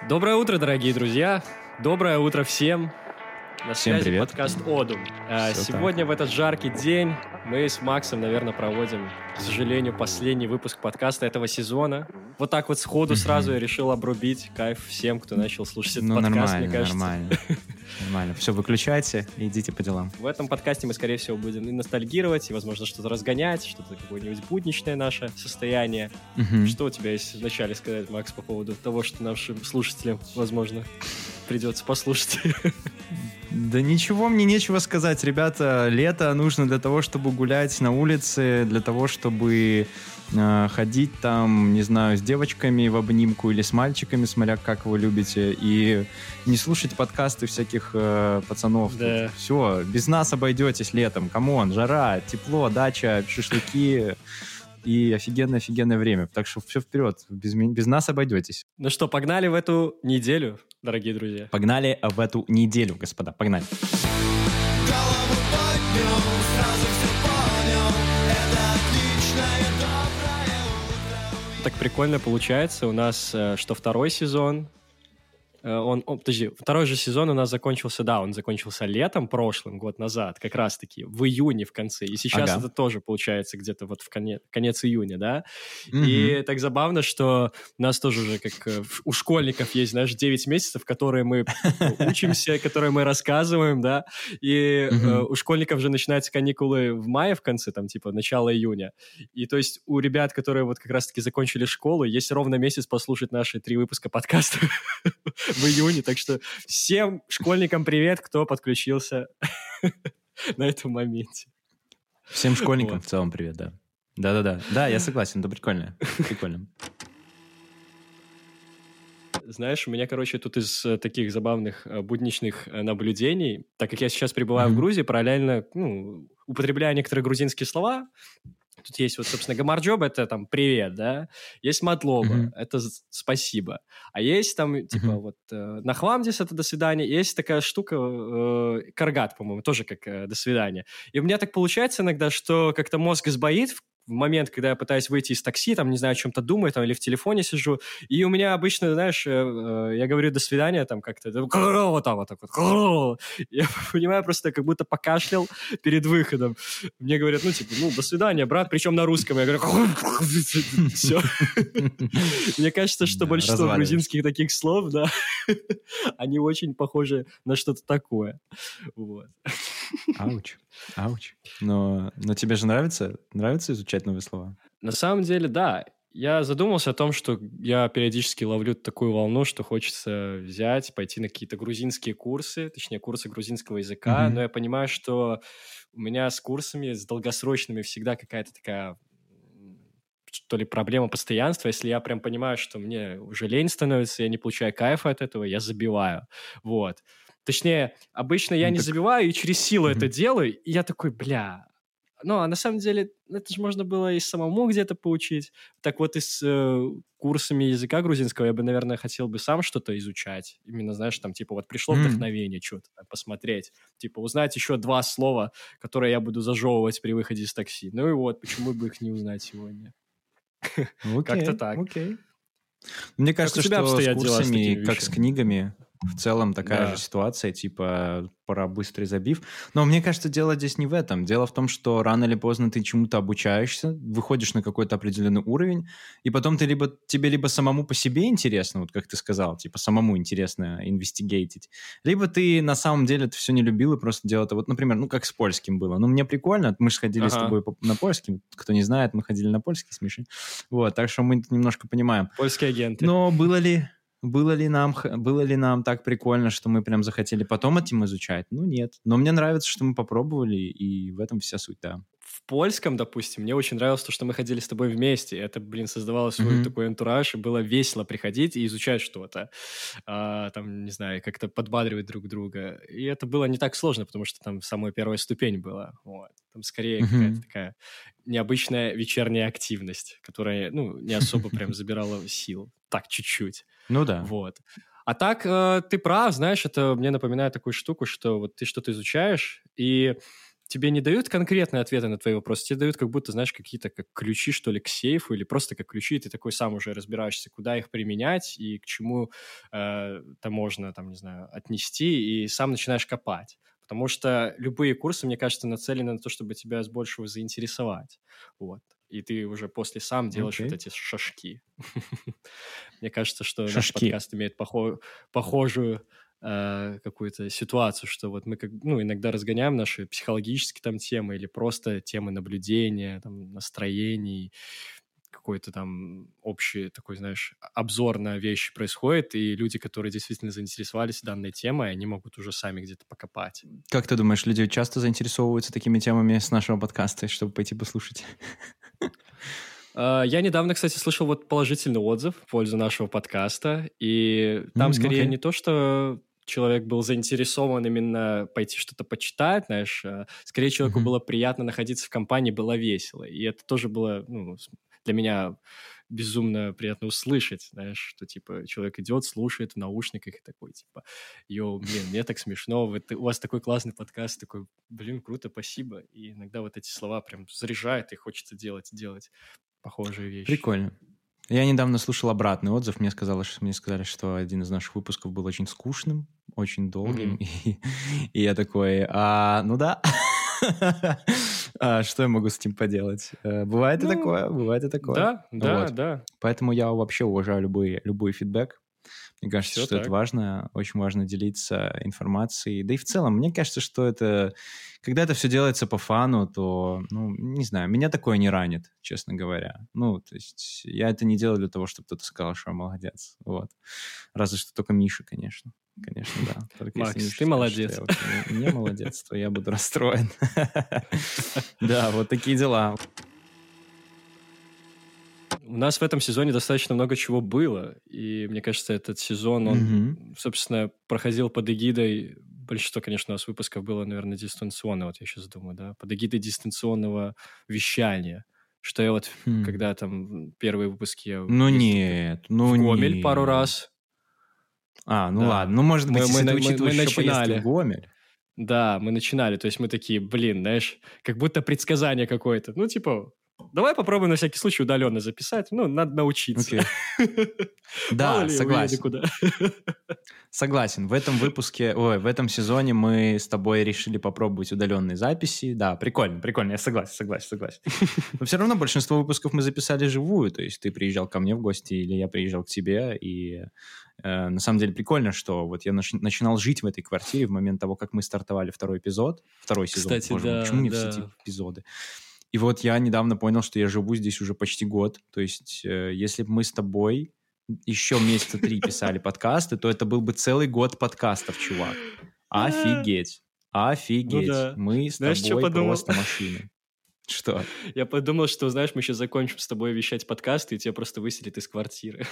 Доброе утро, дорогие друзья. Доброе утро всем. На Всем связи привет. подкаст «Одум». Сегодня в этот жаркий день мы с Максом, наверное, проводим, к сожалению, последний выпуск подкаста этого сезона. Вот так вот сходу сразу я решил обрубить. Кайф всем, кто начал слушать этот подкаст, мне кажется. Нормально. Все, выключайте и идите по делам. В этом подкасте мы, скорее всего, будем и ностальгировать, и, возможно, что-то разгонять, что-то какое-нибудь будничное наше состояние. Что у тебя есть вначале сказать, Макс, по поводу того, что нашим слушателям, возможно, придется послушать? Да ничего, мне нечего сказать, ребята. Лето нужно для того, чтобы гулять на улице, для того, чтобы ходить там, не знаю, с девочками в обнимку или с мальчиками, смотря как вы любите, и не слушать подкасты всяких пацанов. Да. Все, без нас обойдетесь летом. Камон, жара, тепло, дача, шашлыки и офигенное время. Так что все вперед, без нас обойдетесь. Ну что, погнали в эту неделю, дорогие друзья. Погнали в эту неделю, господа, погнали. Голову поднял, сразу все понял. Это отличное, доброе утро. Так прикольно получается. У нас что второй сезон. Подожди, второй же сезон у нас закончился, он закончился летом прошлым, год назад, как раз-таки, в июне в конце. И сейчас это тоже получается где-то вот в конец июня, да? И так забавно, что у нас тоже уже, как у школьников есть, знаешь, 9 месяцев, которые мы учимся, которые мы рассказываем, да? И у школьников же начинаются каникулы в мае в конце, там, типа, начало июня. И то есть у ребят, которые вот как раз-таки закончили школу, есть ровно месяц послушать наши 3 выпуска подкаста в июне, так что всем школьникам привет, кто подключился на этом моменте. Всем школьникам в целом привет, да. Да. Да, я согласен, это прикольно. Знаешь, у меня, тут из таких забавных будничных наблюдений, так как я сейчас пребываю в Грузии, параллельно, употребляю некоторые грузинские слова. Тут есть вот, собственно, гамарджоба, это там привет, да? Есть матлоба, это спасибо. А есть там, типа, вот нахвамдис, это до свидания. Есть такая штука, каргат, по-моему, тоже как до свидания. И у меня так получается иногда, что как-то мозг сбоит в момент, когда я пытаюсь выйти из такси, там, не знаю, о чем-то думаю, там, или в телефоне сижу, и у меня обычно, знаешь, я говорю «до свидания», там, как-то, вот так вот, я понимаю, просто как будто покашлял перед выходом. Мне говорят, до свидания, брат, причем на русском. Я говорю, все. Мне кажется, что большинство грузинских таких слов, да, они очень похожи на что-то такое. Вот. Ауч. Но тебе же нравится изучать новые слова? На самом деле, да. Я задумался о том, что я периодически ловлю такую волну, что хочется взять, пойти на какие-то грузинские курсы, точнее, курсы грузинского языка, но я понимаю, что у меня с курсами, с долгосрочными всегда какая-то такая, что ли, проблема постоянства. Если я прям понимаю, что мне уже лень становится, я не получаю кайфа от этого, я забиваю. Вот. Точнее, обычно я не забиваю и через силу это делаю, и я такой, а на самом деле это же можно было и самому где-то поучить. Так вот, и с курсами языка грузинского я бы, наверное, хотел бы сам что-то изучать. Именно, знаешь, там, типа, вот пришло вдохновение что-то посмотреть. Типа, узнать еще 2 слова, которые я буду зажевывать при выходе из такси. Ну и вот, почему бы их не узнать сегодня? Как-то так. Мне кажется, что с курсами, как с книгами, в целом такая же ситуация, типа, пора быстрый забив. Но мне кажется, дело здесь не в этом. Дело в том, что рано или поздно ты чему-то обучаешься, выходишь на какой-то определенный уровень, и потом тебе либо самому по себе интересно, вот как ты сказал, типа, самому интересно инвестигейтить, либо ты на самом деле это все не любил и просто делал это, вот, например, как с польским было. Мне прикольно, мы же ходили с тобой на польский, кто не знает, мы ходили на польский с Мишей. Вот, так что мы немножко понимаем. Польские агенты. Но было ли нам так прикольно, что мы прям захотели потом этим изучать? Нет. Но мне нравится, что мы попробовали, и в этом вся суть, да. В польском, допустим, мне очень нравилось то, что мы ходили с тобой вместе. Это, создавало свой такой антураж, и было весело приходить и изучать что-то. Там, не знаю, как-то подбадривать друг друга. И это было не так сложно, потому что там самая первая ступень была. Вот. Там скорее какая-то такая необычная вечерняя активность, которая, не особо прям забирала сил. Так, чуть-чуть. Ну да. Вот. А так, ты прав, знаешь, это мне напоминает такую штуку, что вот ты что-то изучаешь, и тебе не дают конкретные ответы на твои вопросы, тебе дают как будто, знаешь, какие-то как ключи, что ли, к сейфу, или просто как ключи, и ты такой сам уже разбираешься, куда их применять и к чему там можно, там, не знаю, отнести, и сам начинаешь копать. Потому что любые курсы, мне кажется, нацелены на то, чтобы тебя с большего заинтересовать. Вот. И ты уже после сам делаешь вот эти шажки. Мне кажется, что наш подкаст имеет похожую какую-то ситуацию, что вот мы иногда разгоняем наши психологические там темы или просто темы наблюдения, там, настроений, какой-то там общий такой, знаешь, обзор на вещи происходит, и люди, которые действительно заинтересовались данной темой, они могут уже сами где-то покопать. Как ты думаешь, люди часто заинтересовываются такими темами с нашего подкаста, чтобы пойти послушать? Я недавно, кстати, слышал вот положительный отзыв в пользу нашего подкаста, и там скорее не то, что человек был заинтересован именно пойти что-то почитать, знаешь, скорее человеку было приятно находиться в компании, было весело, и это тоже было, для меня безумно приятно услышать, знаешь, что, типа, человек идет, слушает в наушниках и такой, типа, йоу, блин, мне так смешно, у вас такой классный подкаст, такой, блин, круто, спасибо, и иногда вот эти слова прям заряжают, и хочется делать похожие вещи. Прикольно. Я недавно слушал обратный отзыв, мне сказали, что один из наших выпусков был очень скучным, очень долгим, и я такой, ну да, что я могу с этим поделать? Бывает и такое. Да. Поэтому я вообще уважаю любой фидбэк. Мне кажется, что это важно, очень важно делиться информацией. Да и в целом, мне кажется, что когда это все делается по фану, то, не знаю, меня такое не ранит, честно говоря. То есть я это не делаю для того, чтобы кто-то сказал, что я молодец. Вот. Разве что только Миша, конечно. Конечно, да. Только Макс, ты молодец. Не молодец, то я буду расстроен. Да, вот такие дела. У нас в этом сезоне достаточно много чего было, и мне кажется, этот сезон, он, собственно, проходил под эгидой, большинство, конечно, у нас выпусков было, наверное, дистанционно, вот я сейчас думаю, да, под эгидой дистанционного вещания, что я вот, когда там первые выпуски... в Гомель пару раз. Ладно, может быть, если ты учитываешь еще поездки в Гомель. Да, мы начинали, то есть мы такие, блин, знаешь, как будто предсказание какое-то, давай попробуем на всякий случай удаленно записать. Надо научиться. Да, согласен. Согласен. В этом сезоне мы с тобой решили попробовать удаленные записи. Да, прикольно, я согласен. Но все равно большинство выпусков мы записали живую. То есть ты приезжал ко мне в гости, или я приезжал к тебе. И на самом деле прикольно, что вот я начинал жить в этой квартире в момент того, как мы стартовали второй сезон. Кстати, да. Почему не все эти эпизоды? И вот я недавно понял, что я живу здесь уже почти год. То есть, если бы мы с тобой еще месяца 3 писали подкасты, то это был бы целый год подкастов, чувак. Офигеть. Мы с тобой просто машины. Что? Я подумал, что, знаешь, мы сейчас закончим с тобой вещать подкасты, и тебя просто выселят из квартиры.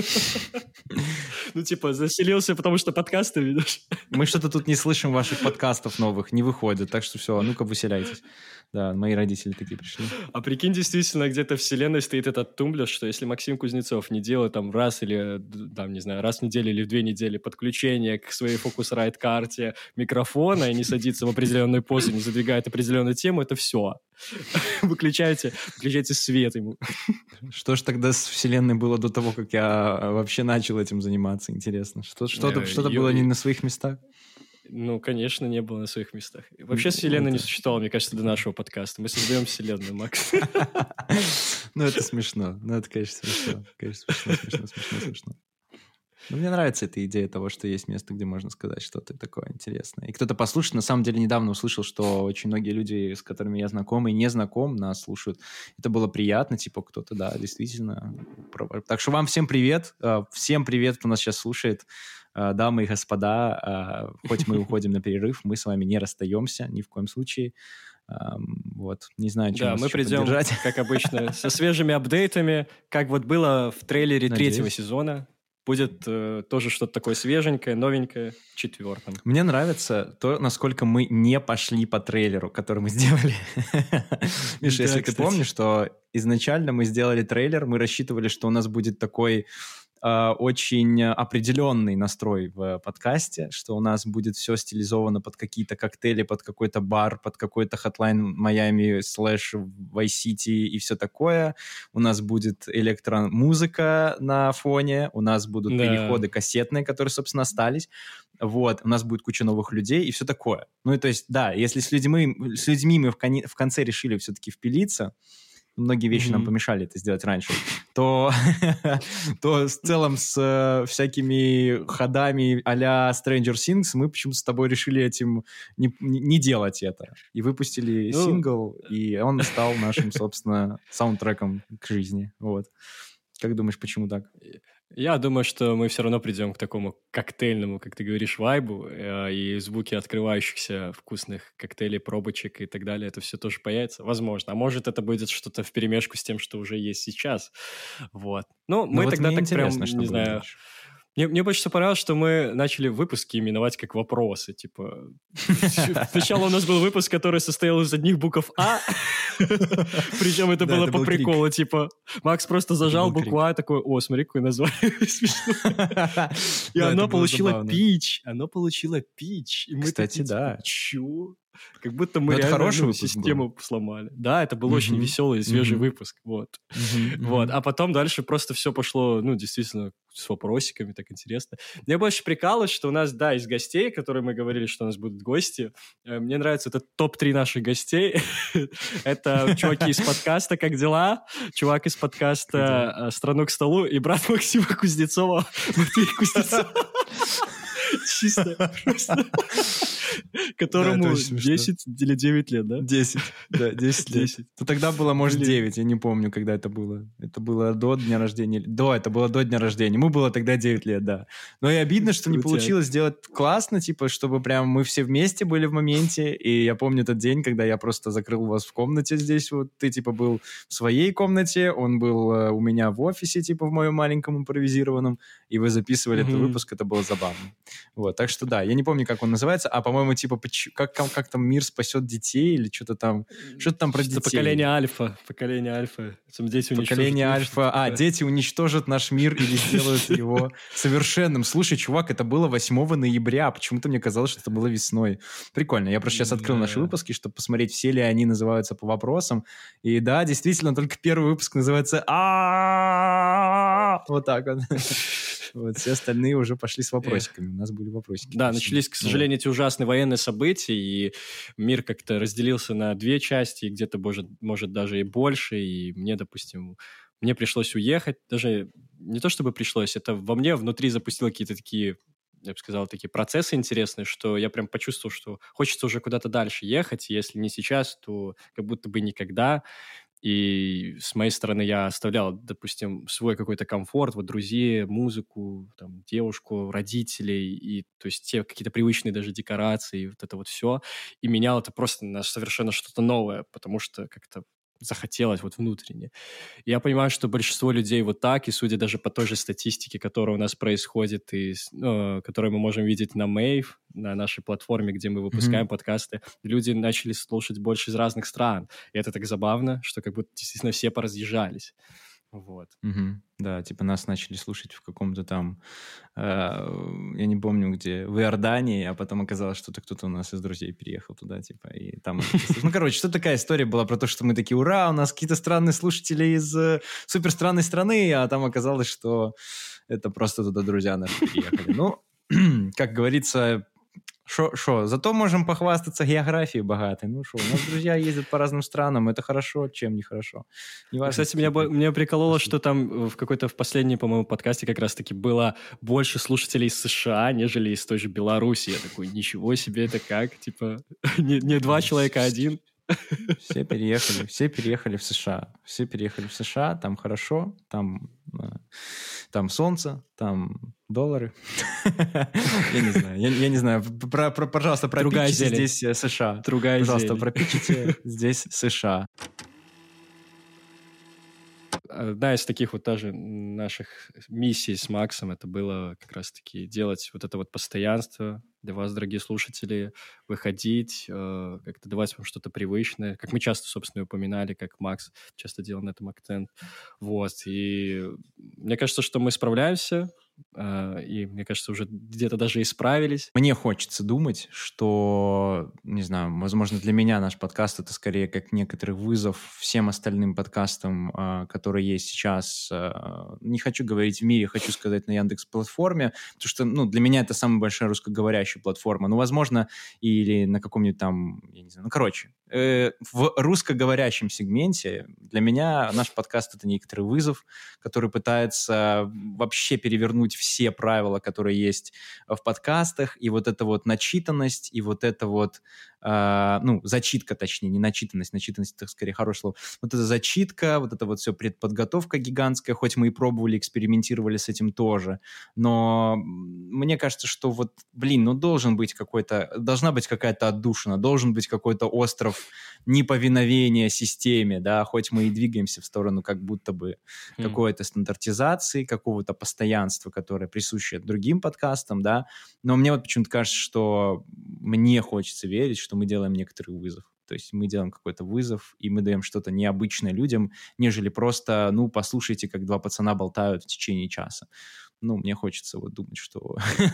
Заселился, потому что подкасты ведешь. Мы что-то тут не слышим ваших подкастов новых, не выходят, так что все, ну-ка выселяйтесь. Да, мои родители такие пришли. А прикинь, действительно, где-то в вселенной стоит этот тумблер, что если Максим Кузнецов не делает там раз или, там, не знаю, раз в неделю или в 2 недели подключение к своей Focusrite-карте микрофона и не садится в определенную позу, не задвигает определенную тему, это все. Выключайте свет ему. Что ж тогда с вселенной было до того, как я вообще начал этим заниматься? Интересно. Что-то было не на своих местах? Ну, конечно, не было на своих местах. Вообще вселенная не существовала, мне кажется, до нашего подкаста. Мы создаем вселенную, Макс. Ну, это смешно. Ну, это, конечно, смешно. Смешно. Но мне нравится эта идея того, что есть место, где можно сказать что-то такое интересное. И кто-то послушает. На самом деле, недавно услышал, что очень многие люди, с которыми я знаком и не знаком, нас слушают. Это было приятно, типа кто-то, да, действительно. Так что вам всем привет. Всем привет, кто нас сейчас слушает. Дамы и господа, хоть мы уходим на перерыв, мы с вами не расстаемся ни в коем случае. Вот, не знаю, чем нас мы придем, поддержать. Как обычно, со свежими апдейтами, как вот было в трейлере 3-го сезона. Будет тоже что-то такое свеженькое, новенькое в 4-м. Мне нравится то, насколько мы не пошли по трейлеру, который мы сделали. Миша, если ты помнишь, что изначально мы сделали трейлер, мы рассчитывали, что у нас будет такой очень определенный настрой в подкасте, что у нас будет все стилизовано под какие-то коктейли, под какой-то бар, под какой-то Hotline Miami / Vice City и все такое. У нас будет электромузыка на фоне, у нас будут переходы кассетные, которые, собственно, остались. Вот, у нас будет куча новых людей и все такое. Ну и то есть, да, если с людьми мы в конце решили все-таки впилиться, многие вещи нам помешали это сделать раньше, то в целом с всякими ходами а-ля Stranger Things мы почему-то с тобой решили этим не делать это. И выпустили сингл, и он стал нашим, собственно, саундтреком к жизни. Вот. Как думаешь, почему так? Я думаю, что мы все равно придем к такому коктейльному, как ты говоришь, вайбу, и звуки открывающихся вкусных коктейлей, пробочек и так далее, это все тоже появится, возможно. А может, это будет что-то вперемешку с тем, что уже есть сейчас. Вот. Ну, мы вот тогда так прям, не знаю... Дальше. Мне больше всего понравилось, что мы начали выпуски именовать как вопросы. Типа, сначала у нас был выпуск, который состоял из одних букв «А», причем это было по приколу. Типа, Макс просто зажал букву «А», такой: «О, смотри, какое название смешное». И оно получило «Пич». Оно получило «Пич». Кстати, да. Чё? Как будто мы реально систему сломали. Да, это был очень веселый и свежий выпуск. Вот. А потом дальше просто все пошло, ну, действительно, с вопросиками, так интересно. Мне больше прикалывает, что у нас, да, из гостей, которые мы говорили, что у нас будут гости, мне нравится этот топ-3 наших гостей. Это чуваки из подкаста «Как дела?», чувак из подкаста «Страну к столу» и брат Максима Кузнецова, Матвей Кузнецов. Чисто просто... Которому 10 или 9 лет, да? 10, да, 10 лет. Ну, тогда было, может, 9, я не помню, когда это было. Это было до дня рождения. Это было до дня рождения. Ему было тогда 9 лет, да. Но и обидно, что не получилось сделать классно, типа, чтобы прям мы все вместе были в моменте. И я помню тот день, когда я просто закрыл вас в комнате здесь. Вот ты, типа, был в своей комнате, он был у меня в офисе, типа, в моем маленьком импровизированном, и вы записывали этот выпуск, это было забавно. Вот, так что да, я не помню, как он называется, а, по-моему, типа, как там мир спасет детей или что-то там про детей. Поколение Альфа. Поколение Альфа. Поколение Альфа. Дети уничтожат наш мир или сделают его совершенным. Слушай, чувак, это было 8 ноября. Почему-то мне казалось, что это было весной. Прикольно. Я просто сейчас открыл наши выпуски, чтобы посмотреть, все ли они называются по вопросам. И да, действительно, только первый выпуск называется вот так вот. Вот, все остальные уже пошли с вопросиками. У нас были вопросики. Да, начались, к сожалению, эти ужасные военные события, и мир как-то разделился на 2 части, и где-то, может, даже и больше. И мне, допустим, пришлось уехать. Даже не то, чтобы пришлось, это во мне внутри запустило какие-то такие, я бы сказал, такие процессы интересные, что я прям почувствовал, что хочется уже куда-то дальше ехать. Если не сейчас, то как будто бы никогда. И с моей стороны я оставлял, допустим, свой какой-то комфорт, вот друзей, музыку, там, девушку, родителей, и то есть те какие-то привычные даже декорации, вот это вот все, и менял это просто на совершенно что-то новое, потому что как-то захотелось вот внутренне. И я понимаю, что большинство людей вот так, и судя даже по той же статистике, которая у нас происходит, и которую мы можем видеть на Мэйв, на нашей платформе, где мы выпускаем подкасты, люди начали слушать больше из разных стран. И это так забавно, что как будто действительно все поразъезжались. Вот. Да, типа нас начали слушать в каком-то там, я не помню где, в Иордании, а потом оказалось, что кто-то у нас из друзей переехал туда, типа, и там... Ну, короче, что такая история была про то, что мы такие, ура, у нас какие-то странные слушатели из супер странной страны, а там оказалось, что это просто туда друзья наши переехали. Ну, как говорится... Шо, зато можем похвастаться географией богатой. Ну шо, у нас друзья ездят по разным странам, это хорошо, чем нехорошо. Кстати, меня прикололо, что там в последнем, по-моему, подкасте как раз-таки было больше слушателей из США, нежели из той же Беларуси. Я такой, ничего себе, это как? Типа, не 2 человека, а 1. Все переехали в США. Все переехали в США, там хорошо, там солнце, там доллары. Я не знаю. Пожалуйста, пропичите здесь США. Пожалуйста, пропичите здесь США. Одна из таких вот даже наших миссий с Максом, это было как раз-таки делать вот это вот постоянство, для вас, дорогие слушатели, выходить, как-то давать вам что-то привычное, как мы часто, собственно, упоминали, как Макс часто делал на этом акцент. Вот, и мне кажется, что мы справляемся, и, мне кажется, уже где-то даже исправились. Мне хочется думать, что, не знаю, возможно, для меня наш подкаст — это скорее как некоторый вызов всем остальным подкастам, которые есть сейчас. Не хочу говорить в мире, хочу сказать на Яндекс.Платформе, потому что, ну, для меня это самая большая русскоговорящая платформа. Ну, возможно, или на каком-нибудь там, я не знаю, ну, короче, в русскоговорящем сегменте для меня наш подкаст — это некоторый вызов, который пытается вообще перевернуть все правила, которые есть в подкастах, и вот эта вот начитанность, и вот это вот, ну, зачитка, точнее, не начитанность, начитанность — это скорее хорошее слово, вот эта зачитка, вот это вот все предподготовка гигантская, хоть мы и пробовали, экспериментировали с этим тоже, но мне кажется, что вот, блин, ну должна быть какая-то отдушина, должен быть какой-то остров неповиновения системе, да, хоть мы и двигаемся в сторону как будто бы какой-то стандартизации, какого-то постоянства, которое присуще другим подкастам, да, но мне вот почему-то кажется, что мне хочется верить, что мы делаем некоторый вызов. То есть мы делаем какой-то вызов, и мы даем что-то необычное людям, нежели просто, ну, послушайте, как два пацана болтают в течение часа. Ну, мне хочется вот думать, что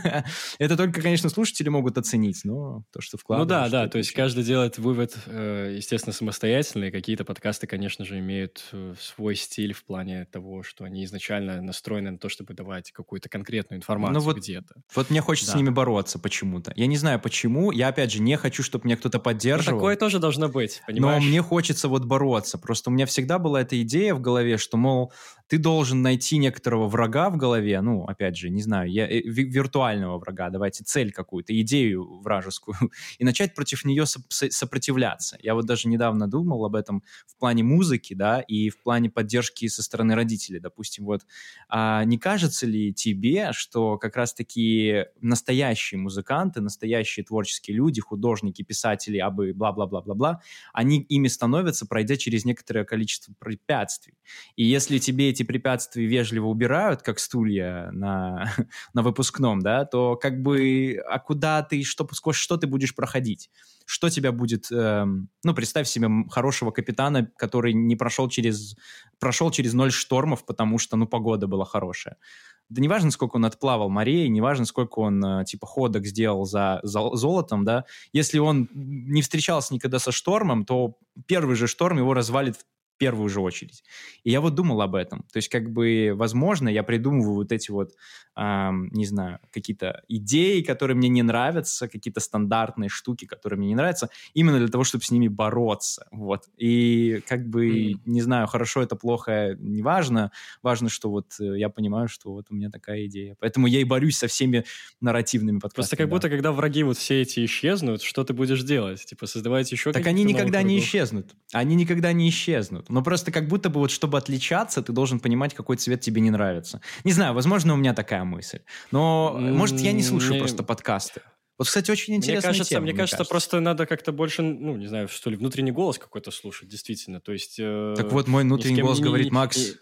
это только, конечно, слушатели могут оценить, но то, что вкладываешь... Ну да, то есть каждый делает вывод, естественно, самостоятельно, и какие-то подкасты, конечно же, имеют свой стиль в плане того, что они изначально настроены на то, чтобы давать какую-то конкретную информацию где-то. Вот мне хочется с ними бороться почему-то. Я не знаю почему, я, опять же, не хочу, чтобы меня кто-то поддерживал. Ну, такое тоже должно быть, понимаешь? Но мне хочется вот бороться. Просто у меня всегда была эта идея в голове, что, мол, ты должен найти некоторого врага в голове, ну, опять же, не знаю, виртуального врага, давайте цель какую-то, идею вражескую, и начать против нее сопротивляться. Я вот даже недавно думал об этом в плане музыки, да, и в плане поддержки со стороны родителей, допустим, вот. А не кажется ли тебе, что как раз-таки настоящие музыканты, настоящие творческие люди, художники, писатели, абы бла-бла-бла-бла-бла, они ими становятся, пройдя через некоторое количество препятствий. И если тебе эти препятствия вежливо убирают, как стулья на выпускном, да, то как бы, а куда ты, сквозь что ты будешь проходить? Что тебя будет... ну, представь себе хорошего капитана, который не прошел через 0 штормов, потому что, ну, погода была хорошая. Да не важно, сколько он отплавал морей, не важно, сколько он, типа, ходок сделал за золотом, да, если он не встречался никогда со штормом, то первый же шторм его развалит в первую же очередь. И я вот думал об этом. То есть, как бы, возможно, я придумываю вот эти вот, не знаю, какие-то идеи, которые мне не нравятся, какие-то стандартные штуки, которые мне не нравятся, именно для того, чтобы с ними бороться. Вот. И, как бы, не знаю, хорошо это, плохо, не важно. Важно, что вот я понимаю, что вот у меня такая идея. Поэтому я и борюсь со всеми нарративными подкастами. Просто как будто, когда враги вот все эти исчезнут, что ты будешь делать? Типа, создавать еще так они никогда не исчезнут. Они никогда не исчезнут. Но просто как будто бы вот, чтобы отличаться, ты должен понимать, какой цвет тебе не нравится. Не знаю, возможно, у меня такая мысль. Но, может, я не слушаю просто подкасты. Вот, кстати, очень интересная тема. Мне кажется, просто надо как-то больше, ну, не знаю, что ли, внутренний голос какой-то слушать, действительно. То есть... Так вот, мой внутренний голос говорит: Макс,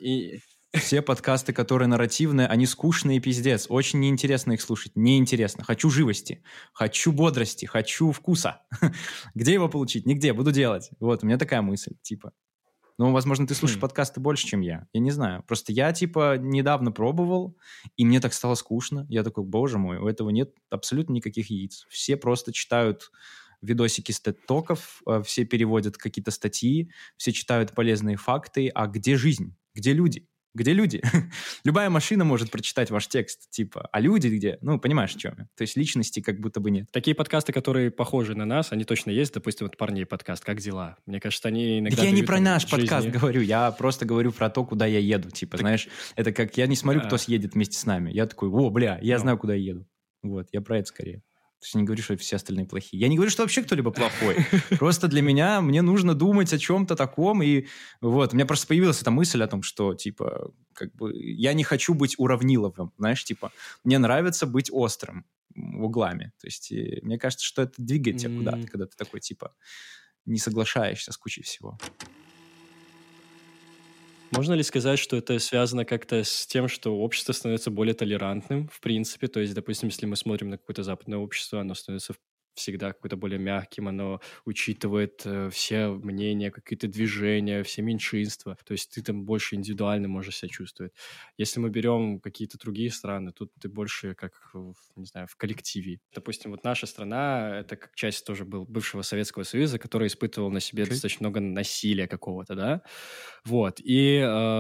все подкасты, которые нарративные, они скучные, пиздец. Очень неинтересно их слушать. Неинтересно. Хочу живости, хочу бодрости, хочу вкуса. Где его получить? Нигде. Буду делать. Вот, у меня такая мысль, типа. Ну, возможно, ты слушаешь подкасты больше, чем я. Я не знаю. Просто я, типа, недавно пробовал, и мне так стало скучно. Я такой: боже мой, у этого нет абсолютно никаких яиц. Все просто читают видосики с TED-токов, все переводят какие-то статьи, все читают полезные факты. А где жизнь? Где люди? Где люди? Любая машина может прочитать ваш текст, типа, а люди где? Ну, понимаешь, о чем я? То есть личности как будто бы нет. Такие подкасты, которые похожи на нас, они точно есть. Допустим, вот «Парней» подкаст «Как дела?». Мне кажется, они иногда... Так я не про наш подкаст говорю, я просто говорю про то, куда я еду. Типа, знаешь, это как я не смотрю, кто съедет вместе с нами. Я такой: о, бля, я знаю, куда я еду. Вот, я про это скорее. То есть я не говорю, что все остальные плохие. Я не говорю, что вообще кто-либо плохой. Просто для меня, мне нужно думать о чем-то таком. И вот, у меня просто появилась эта мысль о том, что, типа, как бы, я не хочу быть уравниловым, знаешь, типа, мне нравится быть острым углами. То есть мне кажется, что это двигает тебя куда-то, когда ты такой, типа, не соглашаешься с кучей всего. Можно ли сказать, что это связано как-то с тем, что общество становится более толерантным, в принципе? То есть, допустим, если мы смотрим на какое-то западное общество, оно становится всегда какое-то более мягким, оно учитывает все мнения, какие-то движения, все меньшинства. То есть ты там больше индивидуально можешь себя чувствовать. Если мы берем какие-то другие страны, тут ты больше как, не знаю, в коллективе. Допустим, вот наша страна, это как часть тоже был бывшего Советского Союза, который испытывал на себе достаточно много насилия какого-то, да? Вот. И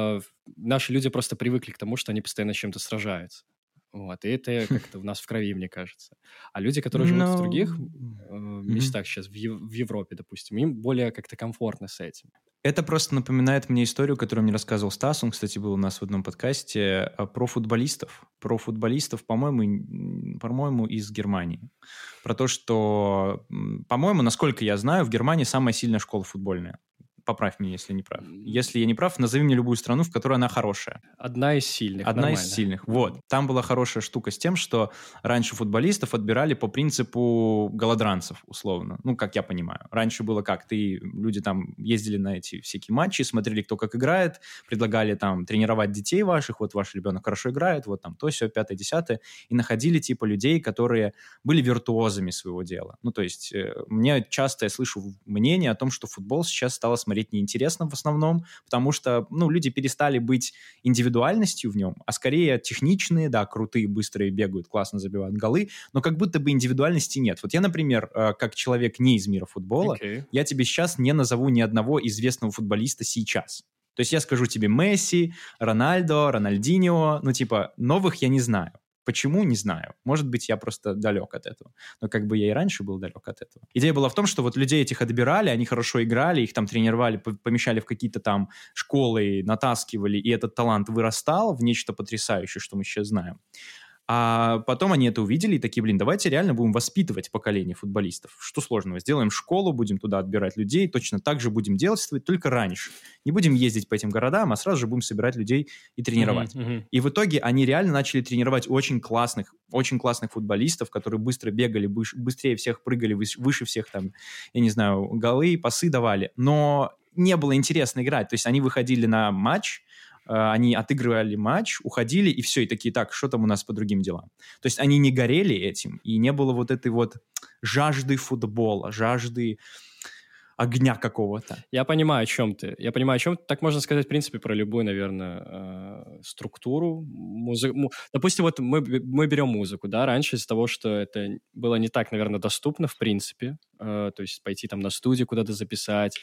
наши люди просто привыкли к тому, что они постоянно с чем-то сражаются. Вот, и это как-то у нас в крови, мне кажется. А люди, которые живут в других местах сейчас, в Европе, допустим, им более как-то комфортно с этим. Это просто напоминает мне историю, которую мне рассказывал Стас, он, кстати, был у нас в одном подкасте, про футболистов. Про футболистов, по-моему, из Германии. Про то, что, по-моему, насколько я знаю, в Германии самая сильная школа футбольная. Поправь меня, если не прав. Если я не прав, назови мне любую страну, в которой она хорошая. Одна из сильных. Одна нормально. Из сильных. Вот. Там была хорошая штука с тем, что раньше футболистов отбирали по принципу голодранцев, условно. Ну, как я понимаю. Раньше было как? Люди там ездили на эти всякие матчи, смотрели, кто как играет, предлагали там тренировать детей ваших, вот ваш ребенок хорошо играет, вот там то, сё, 5-10, и находили типа людей, которые были виртуозами своего дела. Ну, то есть мне часто я слышу мнение о том, что футбол сейчас стало смотреть неинтересно в основном, потому что, люди перестали быть индивидуальностью в нем, а скорее техничные, да, крутые, быстрые, бегают, классно забивают голы, но как будто бы индивидуальности нет. Вот я, например, как человек не из мира футбола, я тебе сейчас не назову ни одного известного футболиста сейчас. То есть я скажу тебе Месси, Рональдо, Рональдиньо, новых я не знаю. Почему? Не знаю. Может быть, я просто далек от этого. Но как бы я и раньше был далек от этого. Идея была в том, что вот людей этих отбирали, они хорошо играли, их там тренировали, помещали в какие-то там школы, натаскивали, и этот талант вырастал в нечто потрясающее, что мы сейчас знаем. А потом они это увидели и такие, давайте реально будем воспитывать поколение футболистов. Что сложного? Сделаем школу, будем туда отбирать людей, точно так же будем действовать, только раньше. Не будем ездить по этим городам, а сразу же будем собирать людей и тренировать. И в итоге они реально начали тренировать очень классных футболистов, которые быстро бегали, быстрее всех прыгали, выше всех там, я не знаю, голы, пасы давали. Но не было интересно играть. То есть они выходили на матч, они отыгрывали матч, уходили, и все, и такие, так, что там у нас по другим делам? То есть они не горели этим, и не было вот этой вот жажды футбола, жажды огня какого-то. Я понимаю, о чем ты. Так можно сказать, в принципе, про любую, наверное, структуру. Допустим, вот мы берем музыку, да, раньше из-за того, что это было не так, наверное, доступно, в принципе, то есть пойти там на студию куда-то записать,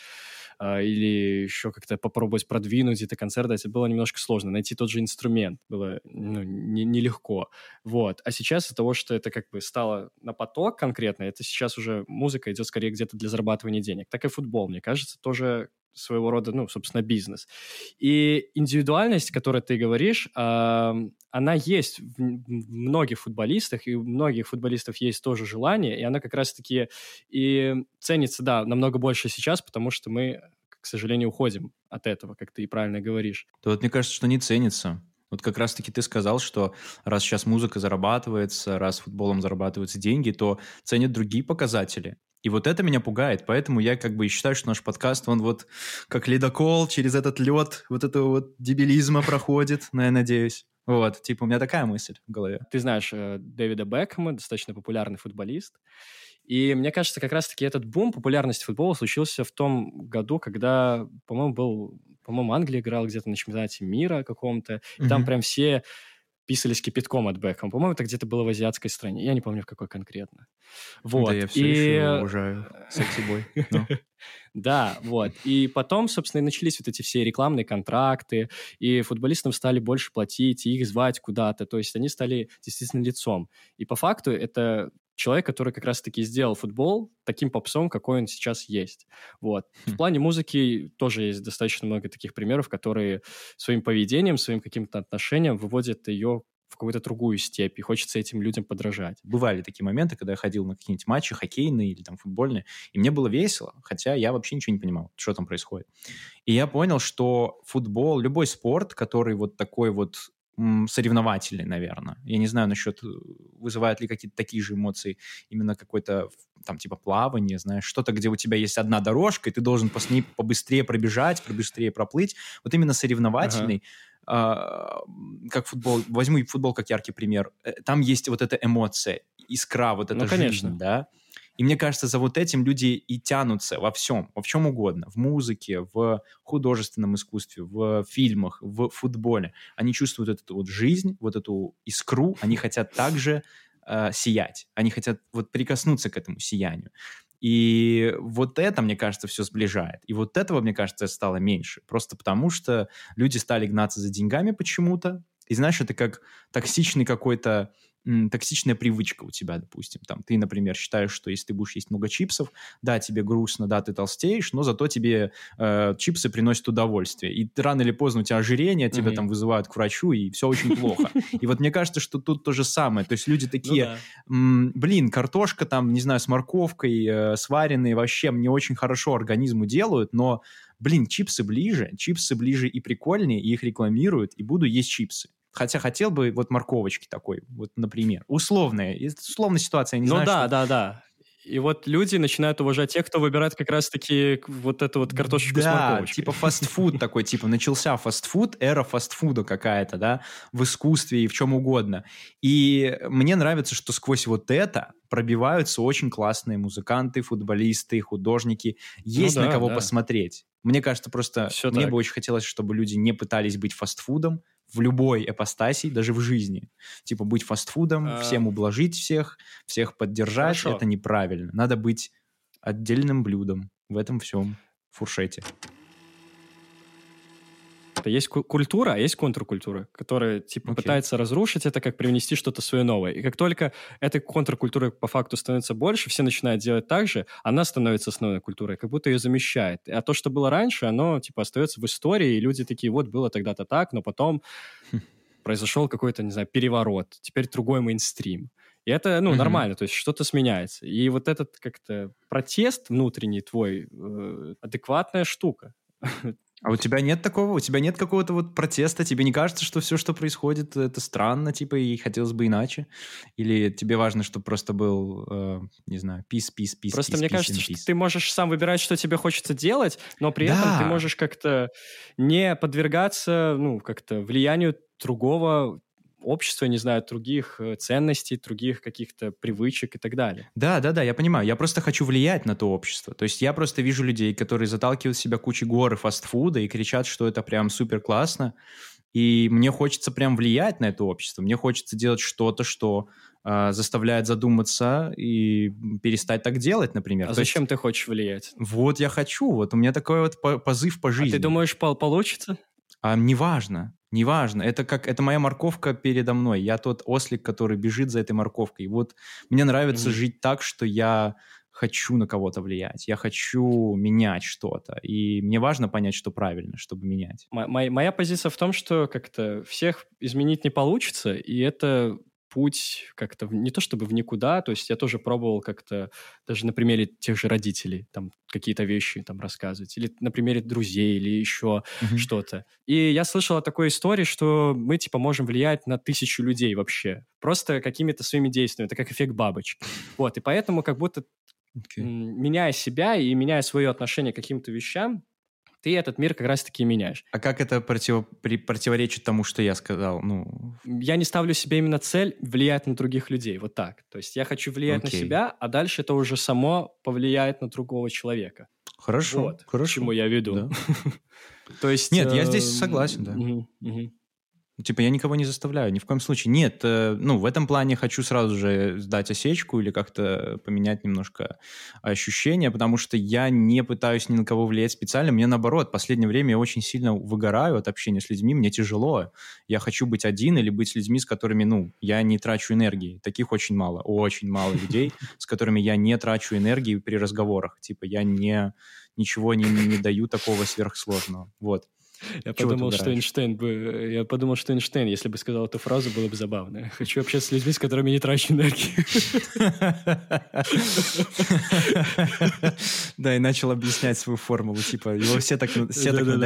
или еще как-то попробовать продвинуть где-то концерт, это было немножко сложно. Найти тот же инструмент было нелегко. Вот. А сейчас из-за того, что это как бы стало на поток конкретно, это сейчас уже музыка идет скорее где-то для зарабатывания денег. Так и футбол, мне кажется, тоже своего рода, собственно, бизнес. И индивидуальность, о которой ты говоришь, она есть в многих футболистах, и у многих футболистов есть тоже желание, и она как раз-таки и ценится, да, намного больше сейчас, потому что мы, к сожалению, уходим от этого, как ты и правильно говоришь. То вот мне кажется, что не ценится. Вот как раз-таки ты сказал, что раз сейчас музыка зарабатывается, раз футболом зарабатываются деньги, то ценят другие показатели. И вот это меня пугает, поэтому я как бы и считаю, что наш подкаст, он вот как ледокол через этот лед вот этого вот дебилизма проходит, я надеюсь. Вот, у меня такая мысль в голове. Ты знаешь Дэвида Бекхэма, достаточно популярный футболист. И мне кажется, как раз-таки этот бум популярности футбола случился в том году, когда, по-моему, Англия играла где-то на чемпионате мира каком-то, и там прям все писались кипятком от Бекхэма. По-моему, это где-то было в азиатской стране. Я не помню, в какой конкретно. Вот. Да, я все еще его уважаю. Секси-бой. Да, вот. И потом, собственно, и начались вот эти все рекламные контракты, и футболистам стали больше платить, и их звать куда-то. То есть они стали действительно лицом. И по факту это человек, который как раз-таки сделал футбол таким попсом, какой он сейчас есть. Вот. В плане музыки тоже есть достаточно много таких примеров, которые своим поведением, своим каким-то отношением выводят ее в какую-то другую степь, и хочется этим людям подражать. Бывали такие моменты, когда я ходил на какие-нибудь матчи хоккейные или там футбольные, и мне было весело, хотя я вообще ничего не понимал, что там происходит. И я понял, что футбол, любой спорт, который вот такой вот соревновательный, наверное. Я не знаю насчет, вызывают ли какие-то такие же эмоции именно какой-то там типа плавание, знаешь, что-то, где у тебя есть одна дорожка, и ты должен по ней побыстрее пробежать, побыстрее проплыть. Вот именно соревновательный, как футбол, возьму футбол как яркий пример, там есть вот эта эмоция, искра, вот эта жизнь, да. И мне кажется, за вот этим люди и тянутся во всем, в чем угодно. В музыке, в художественном искусстве, в фильмах, в футболе. Они чувствуют эту вот жизнь, вот эту искру, они хотят также сиять. Они хотят вот прикоснуться к этому сиянию. И вот это, мне кажется, все сближает. И вот этого, мне кажется, стало меньше. Просто потому, что люди стали гнаться за деньгами почему-то. И знаешь, это как токсичный какой-то токсичная привычка у тебя, допустим. Там, ты, например, считаешь, что если ты будешь есть много чипсов, да, тебе грустно, да, ты толстеешь, но зато тебе чипсы приносят удовольствие. И рано или поздно у тебя ожирение, тебя там вызывают к врачу, и все очень плохо. И вот мне кажется, что тут то же самое. То есть люди такие, блин, картошка там, не знаю, с морковкой сваренные вообще мне очень хорошо организму делают, но, блин, чипсы ближе и прикольнее, и их рекламируют, и буду есть чипсы. Хотя хотел бы вот морковочки такой, вот, например. Условная ситуация, я не знаю, да. И вот люди начинают уважать тех, кто выбирает как раз-таки вот эту вот картошечку с морковочкой. Да, типа фастфуд такой, типа начался фастфуд, эра фастфуда какая-то, да, в искусстве и в чем угодно. И мне нравится, что сквозь вот это пробиваются очень классные музыканты, футболисты, художники. Есть на кого посмотреть. Мне кажется, просто мне бы очень хотелось, чтобы люди не пытались быть фастфудом в любой ипостаси, даже в жизни. Типа быть фастфудом, всем ублажить всех поддержать. Хорошо. Это неправильно. Надо быть отдельным блюдом в этом всем фуршете. Есть культура, а есть контркультура, которая типа пытается разрушить это, как привнести что-то свое новое. И как только этой контркультуры по факту становится больше, все начинают делать так же, она становится основной культурой, как будто ее замещает. А то, что было раньше, оно типа остается в истории, и люди такие, вот было тогда-то так, но потом произошел какой-то, не знаю, переворот, теперь другой мейнстрим. И это, нормально, то есть что-то сменяется. И вот этот как-то протест внутренний твой, адекватная штука. А у тебя нет такого? У тебя нет какого-то вот протеста? Тебе не кажется, что все, что происходит, это странно, типа, и хотелось бы иначе? Или тебе важно, чтобы просто был, не знаю, peace? Просто мне кажется, что ты можешь сам выбирать, что тебе хочется делать, но при этом ты можешь как-то не подвергаться, как-то влиянию другого общества, не знаю, других ценностей, других каких-то привычек и так далее. Да, я понимаю. Я просто хочу влиять на то общество. То есть я просто вижу людей, которые заталкивают в себя кучу горы фастфуда и кричат, что это прям супер классно. И мне хочется прям влиять на это общество. Мне хочется делать что-то, что заставляет задуматься и перестать так делать, например. А зачем ты хочешь влиять? Вот я хочу. Вот у меня такой вот позыв по жизни. А ты думаешь, получится? Неважно. Это моя морковка передо мной. Я тот ослик, который бежит за этой морковкой. И вот мне нравится жить так, что я хочу на кого-то влиять. Я хочу менять что-то. И мне важно понять, что правильно, чтобы менять. Моя позиция в том, что как-то всех изменить не получится, и это путь как-то не то чтобы в никуда, то есть я тоже пробовал как-то даже на примере тех же родителей там какие-то вещи там рассказывать, или на примере друзей, или еще что-то. И я слышал о такой истории, что мы типа можем влиять на 1000 людей вообще, просто какими-то своими действиями, это как эффект бабочки. Вот, и поэтому как будто меняя себя и меняя свое отношение к каким-то вещам, ты этот мир как раз-таки меняешь. А как это противоречит тому, что я сказал? Я не ставлю себе именно цель влиять на других людей. Вот так. То есть я хочу влиять на себя, а дальше это уже само повлияет на другого человека. Хорошо. Вот, к чему я веду. Да. То есть... Нет, я здесь согласен, да. Типа я никого не заставляю, ни в коем случае. Нет, в этом плане хочу сразу же сдать осечку или как-то поменять немножко ощущения, потому что я не пытаюсь ни на кого влиять специально. Мне наоборот, в последнее время я очень сильно выгораю от общения с людьми, мне тяжело. Я хочу быть один или быть с людьми, с которыми, я не трачу энергии. Таких очень мало людей, с которыми я не трачу энергии при разговорах. Типа я ничего не даю такого сверхсложного. Вот. Я подумал, что Эйнштейн, если бы сказал эту фразу, было бы забавно. Хочу общаться с людьми, с которыми не трачу энергию. Да, и начал объяснять свою формулу. Типа, его все так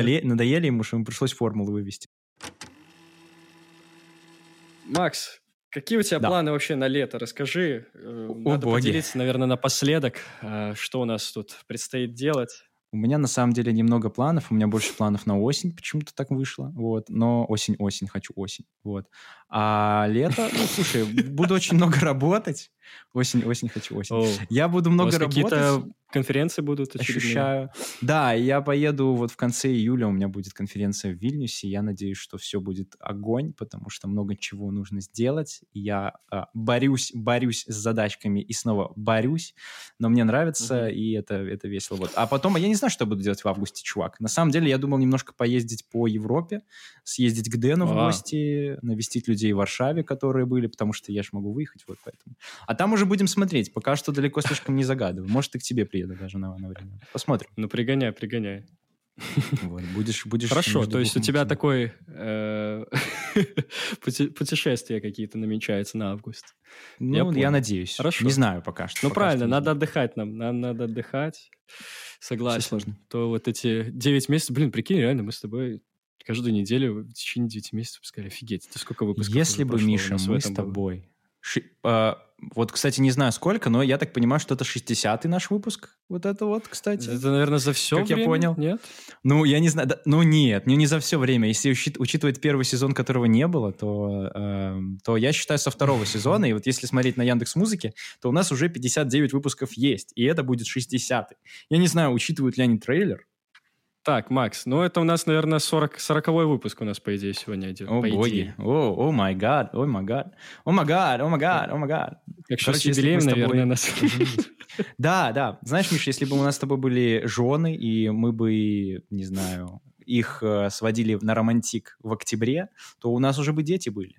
надоели ему, что ему пришлось формулу вывести. Макс, Какие у тебя планы вообще на лето? Расскажи. Надо поделиться, наверное, напоследок, что у нас тут предстоит делать. У меня на самом деле немного планов, у меня больше планов на осень, почему-то так вышло, вот, но осень, хочу осень, вот. А лето, ну, слушай, буду очень много работать, осень, хочу осень. Я буду много работать. Какие-то конференции будут очередные? Ощущаю. Да, я поеду вот в конце июля, у меня будет конференция в Вильнюсе, я надеюсь, что все будет огонь, потому что много чего нужно сделать, я борюсь с задачками и снова борюсь, но мне нравится, и это весело. Вот. А потом, я не знаю, что я буду делать в августе, чувак. На самом деле, я думал немножко поездить по Европе, съездить к Дэну в гости, навестить людей в Варшаве, которые были, потому что я ж могу выехать, вот поэтому. А там уже будем смотреть, пока что далеко слишком не загадываю. Может, и к тебе приеду даже на время. Посмотрим. Ну, пригоняй. Вот, будешь Хорошо, то есть у тебя такое путешествия какие-то намечаются на август. Ну, я надеюсь. Хорошо. Не знаю пока что. Ну, правильно, надо отдыхать нам. Нам надо отдыхать. Согласен. То вот эти 9 месяцев... Блин, прикинь, реально, мы с тобой каждую неделю в течение 9 месяцев пускали. Офигеть, это сколько выпусков? Если бы, Миша, мы с тобой... Вот, кстати, не знаю сколько, но я так понимаю, что это 60-й наш выпуск. Вот это вот, кстати. Это, наверное, за все как время? Я понял. Нет? Ну, я не знаю. Нет, не за все время. Если учитывать первый сезон, которого не было, то я считаю со второго сезона. И вот если смотреть на Яндекс.Музыке, то у нас уже 59 выпусков есть. И это будет 60-й. Я не знаю, учитывают ли они трейлер. Так, Макс, ну это у нас, наверное, 40-й выпуск у нас, по идее, сегодня идет. О, боги. О май гад. Как что с юбилеем, наверное, нас... Да. Знаешь, Миша, если бы у нас с тобой были жены, и мы бы, не знаю, их сводили на романтик в октябре, то у нас уже бы дети были.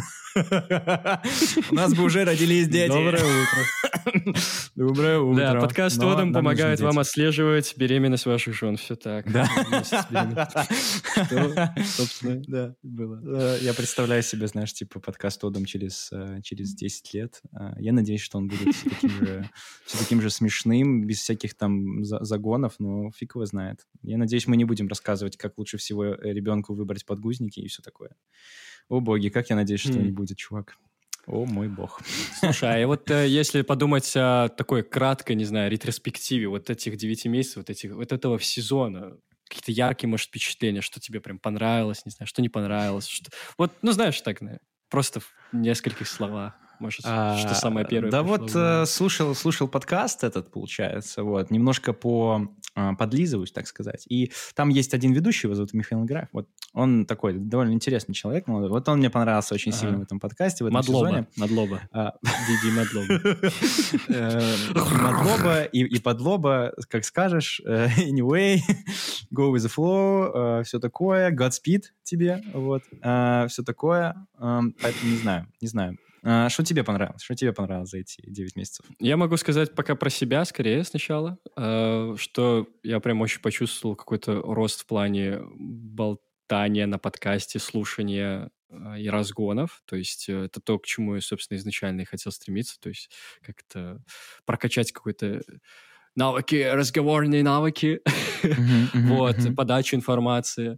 У нас бы уже родились дети. Доброе утро. Доброе утро. Да, подкаст «Одом» помогает вам отслеживать беременность ваших жен. Все так. Да. Собственно, да, было. Я представляю себе, знаешь, типа подкаст «Одом» через 10 лет. Я надеюсь, что он будет все таким же смешным, без всяких там загонов, но фиг его знает. Я надеюсь, мы не будем рассказывать, как лучше всего ребенку выбрать подгузники и все такое. О, боги, как я надеюсь, что не будет, чувак. О, мой бог. Слушай, а вот если подумать о такой краткой, не знаю, ретроспективе вот этих 9 месяцев, вот этого сезона, какие-то яркие, может, впечатления, что тебе прям понравилось, не знаю, что не понравилось. Что... Вот, ну, знаешь, так, просто в нескольких словах. Может, что самое первое. Да вот слушал подкаст этот, получается, вот, немножко подлизываюсь, так сказать. И там есть один ведущий, его зовут Михаил Играев. Вот он такой довольно интересный человек. Вот он мне понравился очень сильно в этом подкасте, в этом сезоне. Мадлоба. Диди Мадлоба. Мадлоба и подлоба, как скажешь. Anyway, go with the flow, все такое. Godspeed тебе, вот. Все такое. Поэтому не знаю. Что тебе понравилось? Что тебе понравилось за эти 9 месяцев? Я могу сказать пока про себя скорее сначала, что я прям очень почувствовал какой-то рост в плане болтания на подкасте, слушания и разгонов. То есть это то, к чему я, собственно, изначально и хотел стремиться. То есть как-то прокачать какой-то навыки, разговорные навыки, подачу информации.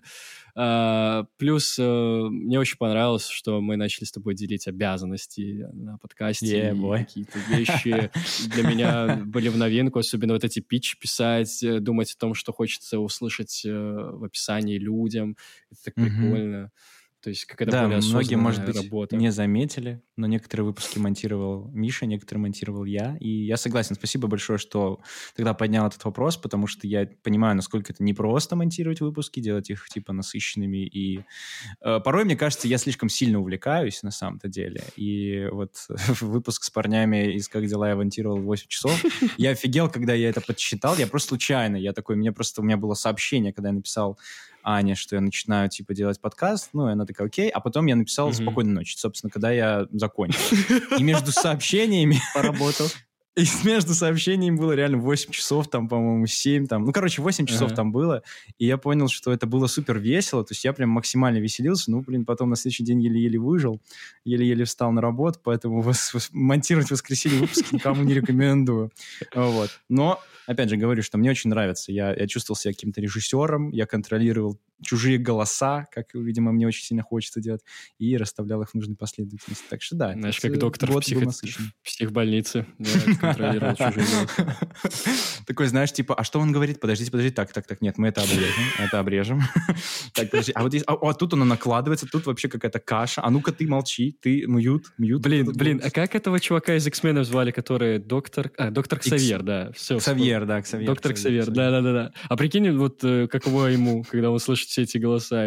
Плюс мне очень понравилось, что мы начали с тобой делить обязанности на подкасте. Какие-то вещи для меня были в новинку, особенно вот эти питчи писать, думать о том, что хочется услышать в описании людям. Это так прикольно. То есть какая-то более осознанная многие, может быть, работа. не заметили, но некоторые выпуски монтировал Миша, некоторые монтировал я. И я согласен, спасибо большое, что тогда поднял этот вопрос, потому что я понимаю, насколько это непросто монтировать выпуски, делать их типа насыщенными. И порой, мне кажется, я слишком сильно увлекаюсь на самом-то деле. И вот выпуск с парнями из «Как дела» я монтировал 8 часов. Я офигел, когда я это подсчитал. Я просто случайно, у меня было сообщение, когда я написал Ане, что я начинаю, типа, делать подкаст, ну, и она такая, окей, а потом я написал «Спокойной ночи», собственно, когда я закончил. И между сообщениями... Поработал. И между сообщениями было реально 8 часов, там, по-моему, 7, там, 8 часов там было, и я понял, что это было супер весело, то есть я прям максимально веселился, потом на следующий день еле-еле выжил, еле-еле встал на работу, поэтому монтировать в воскресенье выпуски никому не рекомендую, вот. Но, опять же, говорю, что мне очень нравится, я чувствовал себя каким-то режиссером, я контролировал чужие голоса, как, видимо, мне очень сильно хочется делать, и расставлял их в нужной последовательности, так что да. Знаешь, как доктор в психбольнице, контролировал чужие голоса. Такой, знаешь, типа, а что он говорит? Подождите, так, нет, мы это обрежем. Так, подожди, а тут оно накладывается, тут вообще какая-то каша, а ну-ка ты молчи, ты мьют. Блин, а как этого чувака из X-Men звали, который доктор Ксавьер, да. Ксавьер. Доктор Ксавьер, да. А прикинь, вот каково ему, когда он слышит все эти голоса.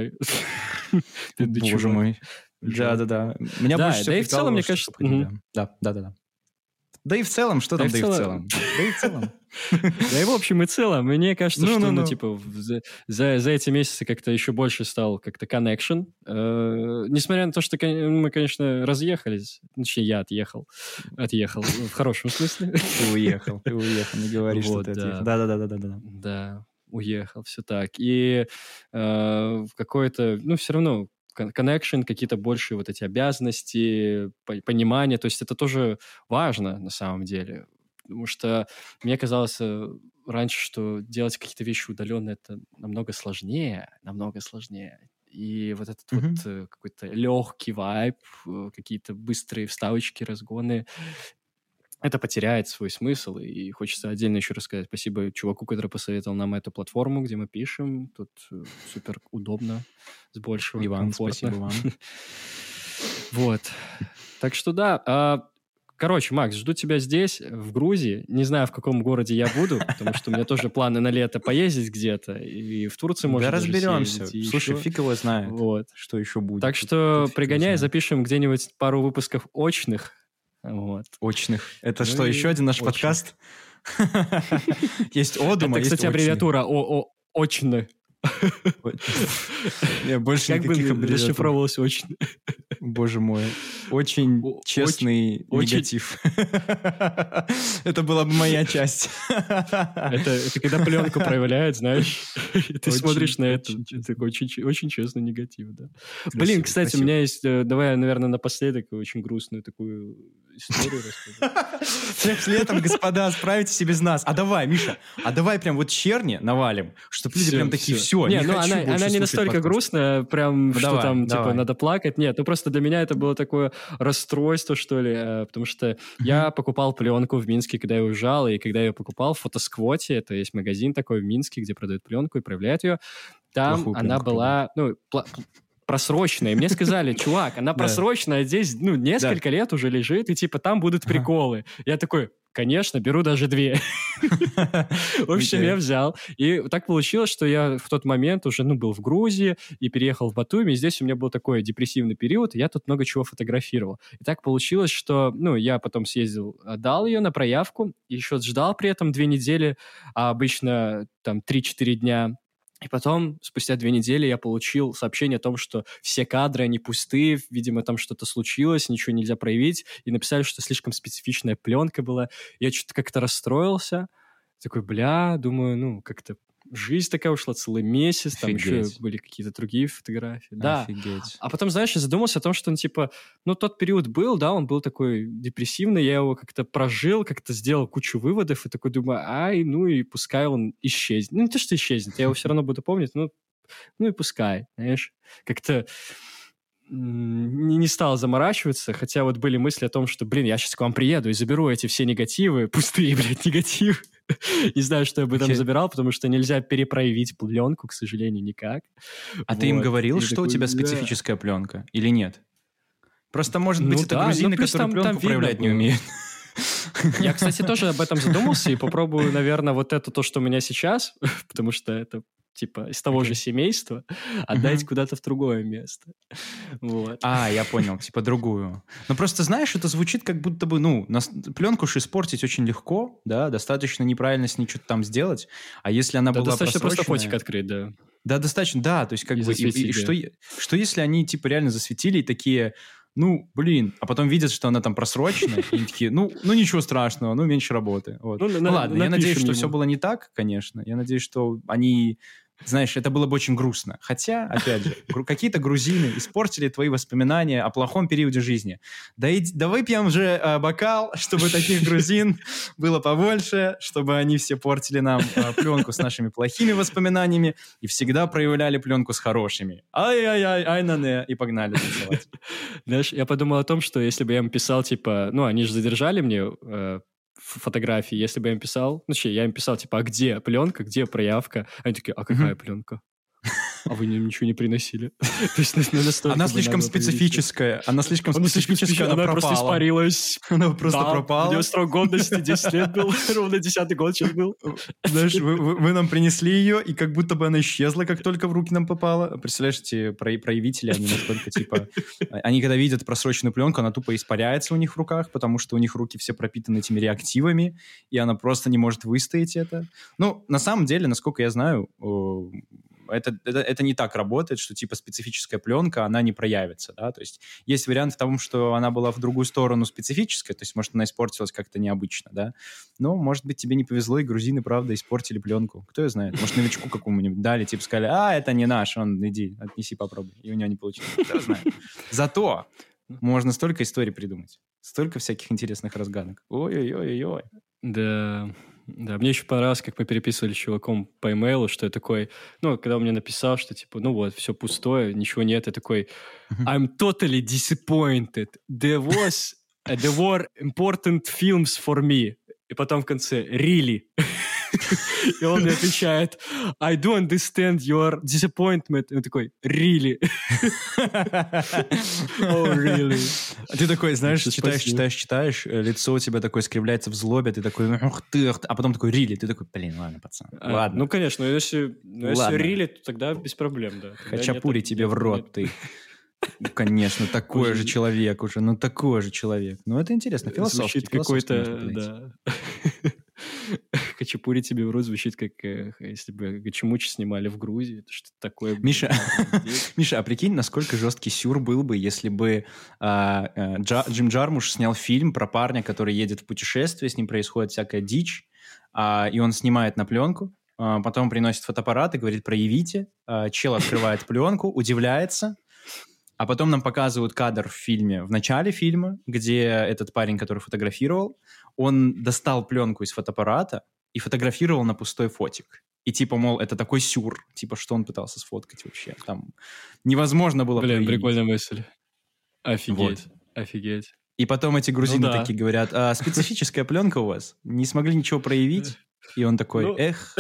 Боже мой. Да. Меня больше всего и в целом, мне кажется... Да. Да и в целом, что там да и в целом? Да и в общем и целом, мне кажется, что, типа, за эти месяцы как-то еще больше стал как-то connection. Несмотря на то, что мы, конечно, разъехались. Точнее, я отъехал. Отъехал, в хорошем смысле. Ты уехал, не говори, что ты отъехал. Да. Да, уехал, все так. И какое-то, все равно, connection, какие-то большие вот эти обязанности, понимание, то есть это тоже важно на самом деле, потому что мне казалось раньше, что делать какие-то вещи удаленно это намного сложнее, и вот этот вот какой-то легкий вайб, какие-то быстрые вставочки, разгоны, это потеряет свой смысл, и хочется отдельно еще рассказать спасибо чуваку, который посоветовал нам эту платформу, где мы пишем. Тут супер удобно, с большего комфорта. Спасибо вам. Вот. Так что да. Короче, Макс, жду тебя здесь, в Грузии. Не знаю, в каком городе я буду, потому что у меня тоже планы на лето поездить где-то. И в Турции можно даже разберемся. Слушай, фиг его знает, что еще будет. Так что пригоняй, запишем где-нибудь пару выпусков очных. Вот. Очных. Это что, еще один наш подкаст? Есть Одума, есть очный. Это, кстати, аббревиатура очный. Больше никаких аббревиатур. Как бы зашифровывалось очный. Боже мой. Очень честный негатив. Это была бы моя часть. Это когда пленку проявляют, знаешь, ты смотришь на это. Такой очень честный негатив, да. Блин, кстати, у меня есть... Давай, наверное, напоследок очень грустную такую историю расскажу. С летом, господа, справитесь и без нас. А давай, Миша, прям вот черни навалим, чтобы люди прям такие, все, не хочу больше. Она не настолько грустная, прям, что там, типа, надо плакать. Нет, просто для меня это было такое расстройство, что ли, потому что я покупал пленку в Минске, когда я уезжал, и когда я ее покупал в Фотосквоте, это есть магазин такой в Минске, где продают пленку и проявляют ее, там она была, просроченная. И мне сказали, чувак, она просроченная, здесь, несколько лет уже лежит, и, типа, там будут приколы. Я такой, конечно, беру даже 2. В общем, я взял. И так получилось, что я в тот момент уже, был в Грузии и переехал в Батуми. И здесь у меня был такой депрессивный период, и я тут много чего фотографировал. И так получилось, что, я потом съездил, отдал ее на проявку, и еще ждал при этом 2 недели, а обычно там 3-4 дня. И потом, спустя 2 недели, я получил сообщение о том, что все кадры, они пустые, видимо, там что-то случилось, ничего нельзя проявить, и написали, что слишком специфичная пленка была. Я что-то как-то расстроился, такой, думаю, как-то жизнь такая ушла, целый месяц, там еще были какие-то другие фотографии. Да. Офигеть. А потом, знаешь, я задумался о том, что, тот период был, да, он был такой депрессивный, я его как-то прожил, как-то сделал кучу выводов, и такой думаю, и пускай он исчезнет. Не то, что исчезнет, я его все равно буду помнить, и пускай, знаешь. Как-то не стал заморачиваться, хотя вот были мысли о том, что, я сейчас к вам приеду и заберу эти все негативы, пустые, негативы. Не знаю, что я бы там забирал, потому что нельзя перепроявить пленку, к сожалению, никак. А ты им говорил, что у тебя специфическая пленка или нет? Просто, может быть, это грузины, которые пленку проявлять не умеют. Я, кстати, тоже об этом задумался и попробую, наверное, вот это то, что у меня сейчас, потому что это типа из того же семейства, отдать куда-то в другое место. Вот. Я понял, типа другую. Но просто, знаешь, это звучит как будто бы, пленку же испортить очень легко, да, достаточно неправильно с ней что-то там сделать, а если она была достаточно просроченная... просто фотик открыть, да. Да, достаточно, да, то есть как бы... И что если они, типа, реально засветили и такие... ну, блин. А потом видят, что она там просроченная, и такие, ну, ничего страшного, ну, меньше работы. Вот. Ну, ладно, я надеюсь, что все было не так, конечно. Я надеюсь, что они... Знаешь, это было бы очень грустно. Хотя, опять же, какие-то грузины испортили твои воспоминания о плохом периоде жизни. Да выпьем же бокал, чтобы таких грузин было побольше, чтобы они все портили нам пленку с нашими плохими воспоминаниями и всегда проявляли пленку с хорошими. Ай-яй-яй, и погнали танцевать. Знаешь, я подумал о том, что если бы я им писал, типа, ну, они же задержали мне... фотографии, если бы я им писал, я им писал, типа, а где пленка, где проявка? Они такие, а какая пленка? А вы ничего не приносили. Она слишком специфическая. Она слишком специфическая, она просто испарилась. Она просто пропала. У нее срок годности 10 лет был, ровно 10-й год сейчас был. Знаешь, вы нам принесли ее, и как будто бы она исчезла, как только в руки нам попала. Представляешь, эти проявители, они настолько, типа... Они, когда видят просроченную пленку, она тупо испаряется у них в руках, потому что у них руки все пропитаны этими реактивами, и она просто не может выстоять это. Ну, на самом деле, насколько я знаю... Это не так работает, что типа специфическая пленка, она не проявится, да, то есть есть вариант в том, что она была в другую сторону специфическая, то есть, может, она испортилась как-то необычно, да, но, может быть, тебе не повезло, и грузины, правда, испортили пленку, кто ее знает, может, новичку какому-нибудь дали, типа сказали, это не наш, иди, отнеси, попробуй, и у него не получилось, кто знает. Зато можно столько историй придумать, столько всяких интересных разгадок, ой-ой-ой-ой. Да, мне еще понравилось, как мы переписывали с чуваком по имейлу, что я такой, ну, когда он мне написал, что типа, ну вот, все пустое, ничего нет, я такой, I'm totally disappointed. There were important films for me. И потом в конце, really? И он мне отвечает, I do understand your disappointment. И он такой, really? Oh, really? А ты такой, знаешь, читаешь, лицо у тебя такое скривляется в злобе, ты такой, ух ты, а потом такой, really? Ты такой, блин, ладно, пацан, ладно. Ну, конечно, если really, то тогда без проблем, да. Хачапури тебе в рот, ты. Ну, конечно, такой же человек уже, такой же человек. Ну, это интересно, философски. Звучит какой-то, да. Хачапури тебе в рот звучит, как если бы Гачимучи снимали в Грузии. Это что-то такое. Миша, а прикинь, насколько жесткий сюр был бы, если бы Джим Джармуш снял фильм про парня, который едет в путешествие, с ним происходит всякая дичь, и он снимает на пленку, потом приносит фотоаппарат и говорит, проявите. Чел открывает пленку, удивляется, а потом нам показывают кадр в фильме, в начале фильма, где этот парень, который фотографировал, он достал пленку из фотоаппарата и фотографировал на пустой фотик. И типа, мол, это такой сюр, типа, что он пытался сфоткать вообще. Там невозможно было проявить. Блин, прикольная мысль. Офигеть. И потом эти грузины такие говорят, специфическая пленка у вас? Не смогли ничего проявить? И он такой,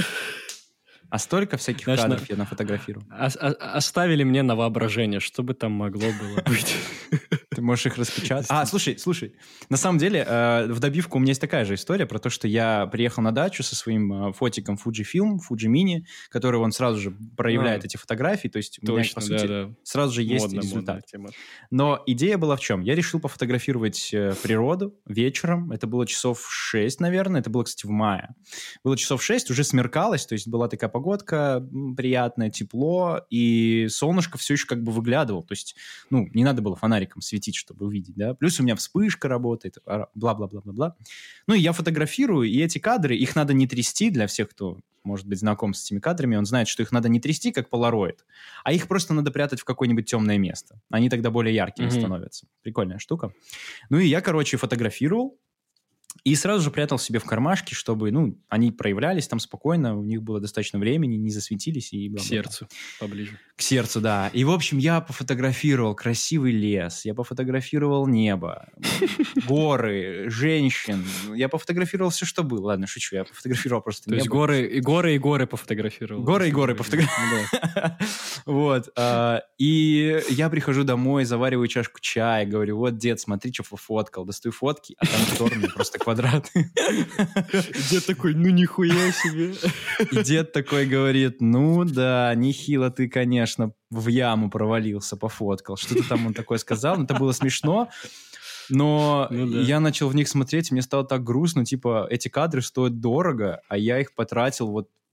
А столько всяких кадров я нафотографировал. Оставили мне на воображение, что бы там могло было быть. Ты можешь их распечатать. Слушай. На самом деле, в добивку у меня есть такая же история про то, что я приехал на дачу со своим фотиком Fujifilm, Fuji Mini, который он сразу же проявляет эти фотографии. То есть у меня, по сути, сразу же есть результат. Но идея была в чем? Я решил пофотографировать природу вечером. Это было часов 6, наверное. Это было, кстати, в мае. Было часов 6, уже смеркалось, то есть была такая погодка приятная, тепло, и солнышко все еще как бы выглядывало. То есть, не надо было фонариком светить, чтобы увидеть, да. Плюс у меня вспышка работает, бла-бла-бла-бла-бла. Ну, и я фотографирую, и эти кадры, их надо не трясти для всех, кто, может быть, знаком с этими кадрами, он знает, что их надо не трясти, как полароид, а их просто надо прятать в какое-нибудь темное место. Они тогда более яркими становятся. Прикольная штука. Ну, и я, фотографировал, и сразу же прятал себе в кармашке, чтобы, они проявлялись там спокойно, у них было достаточно времени, не засветились. И к сердцу поближе. К сердцу, да. И, в общем, я пофотографировал красивый лес, я пофотографировал небо, горы, женщин. Я пофотографировал все, что было. Ладно, шучу, я пофотографировал просто небо. То есть горы пофотографировал. Горы пофотографировал. Вот. И я прихожу домой, завариваю чашку чая, говорю, вот, дед, смотри, что пофоткал. Достаю фотки, а там в сторону просто квадраты. Дед такой, нихуя себе. И дед такой говорит, да, нехило ты, конечно, в яму провалился, пофоткал. Что-то там он такое сказал, это было смешно. Но я начал в них смотреть, и мне стало так грустно, типа, эти кадры стоят дорого, а я их потратил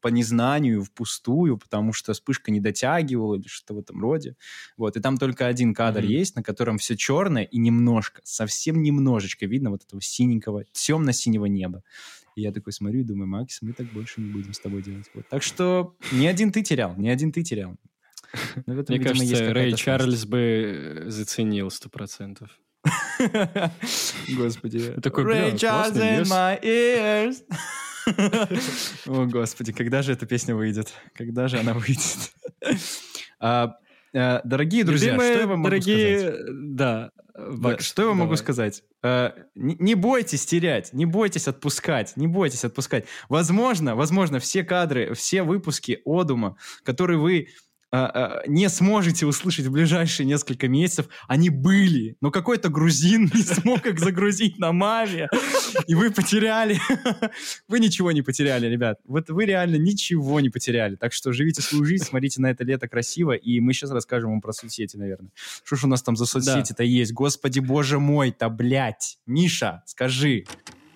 по незнанию, впустую, потому что вспышка не дотягивала или что-то в этом роде. Вот, и там только один кадр есть, на котором все черное и немножко, совсем немножечко видно вот этого синенького, темно-синего неба. И я такой смотрю и думаю, Макс, мы так больше не будем с тобой делать. Вот. Так что не один ты терял. Но мне кажется, Рэй Чарльз бы заценил 100%. Господи. Рэй Чарльз in my ears. О, Господи, когда же эта песня выйдет? Когда же она выйдет? Дорогие друзья, что я вам могу сказать? Да. Что я вам могу сказать? Не бойтесь терять, не бойтесь отпускать. Возможно, все кадры, все выпуски Одума, которые вы не сможете услышать в ближайшие несколько месяцев, они были, но какой-то грузин не смог их загрузить на Маве, и вы потеряли. Вы ничего не потеряли, ребят. Вот вы реально ничего не потеряли. Так что живите свою жизнь, смотрите на это лето красиво, и мы сейчас расскажем вам про соцсети, наверное. Что ж у нас там за соцсети-то есть? Господи, боже мой-то, блядь. Миша, скажи.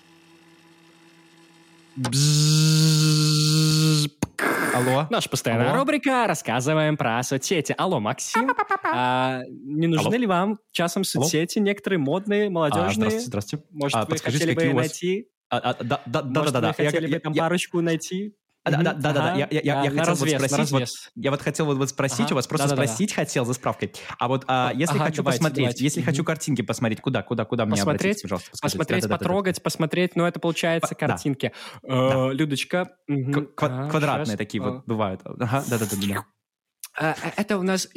Алло? Наша постоянная рубрика «Рассказываем про соцсети». Алло, Максим. Не нужны ли вам часом соцсети некоторые модные, молодежные? Здравствуйте. Может, вы хотели бы найти? Да. Вы хотели бы там парочку найти? Да. Я вот хотел вот спросить у вас, просто спросить хотел за справкой. А вот если хочу посмотреть, если хочу картинки посмотреть, куда мне обратиться, пожалуйста? Посмотреть, потрогать, посмотреть, но это получается картинки. Людочка. Квадратные такие вот бывают. Да. Это у нас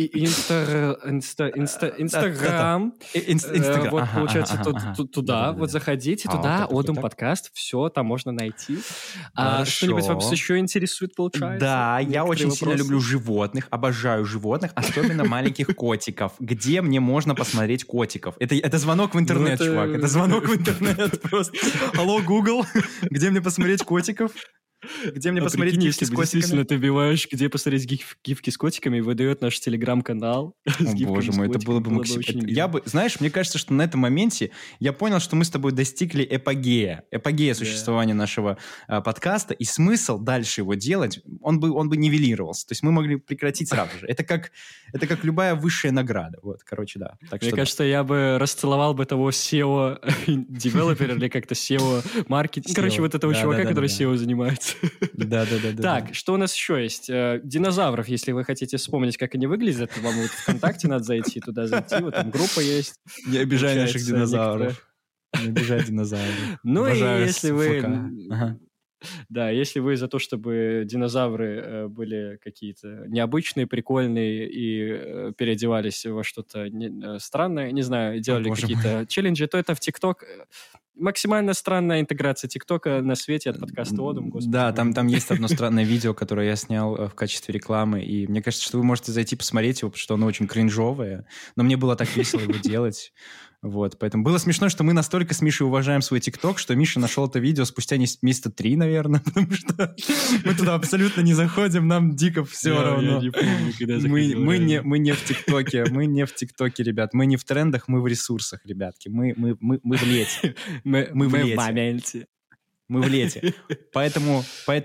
Инстаграм. Вот, получается, туда. Вот заходите туда, Одум подкаст, все там можно найти. Что-нибудь вас еще интересует, получается? Да, я очень сильно люблю животных, обожаю животных, особенно маленьких котиков. Где мне можно посмотреть котиков? Это звонок в интернет, чувак. Это звонок в интернет просто. Алло, Google, где мне посмотреть котиков? Где мне посмотреть гифки с котиками? Действительно, ты вбиваешь, где посмотреть гифки с котиками, и выдает наш телеграм-канал. О, боже мой, это было бы максимально... Знаешь, мне кажется, что на этом моменте я понял, что мы с тобой достигли эпогея существования нашего подкаста, и смысл дальше его делать, он бы нивелировался. То есть мы могли прекратить сразу же. Это как любая высшая награда. Вот, короче, да. Мне кажется, я бы расцеловал бы того SEO-девелопера или как-то SEO-маркетинг. Короче, вот этого чувака, который SEO занимается. Да. Так, что у нас еще есть? Динозавров, если вы хотите вспомнить, как они выглядят, вам вот ВКонтакте надо зайти, туда зайти, вот там группа есть. Не обижай наших динозавров. Не обижай динозавров. Ну и если вы... Да, если вы за то, чтобы динозавры были какие-то необычные, прикольные и переодевались во что-то странное, не знаю, делали какие-то челленджи, то это в ТикТок. Максимально странная интеграция ТикТока на свете от подкаста Одум. Да, там есть одно странное видео, которое я снял в качестве рекламы, и мне кажется, что вы можете зайти посмотреть его, потому что оно очень кринжовое, но мне было так весело его делать. Вот, поэтому было смешно, что мы настолько с Мишей уважаем свой ТикТок, что Миша нашел это видео спустя месяца 3, наверное, потому что мы туда абсолютно не заходим, нам дико все равно. Я не помню, когда мы не в ТикТоке, ребят, мы не в трендах, мы в ресурсах, ребятки, мы в лете. Мы в моменте. Мы в лете. Поэтому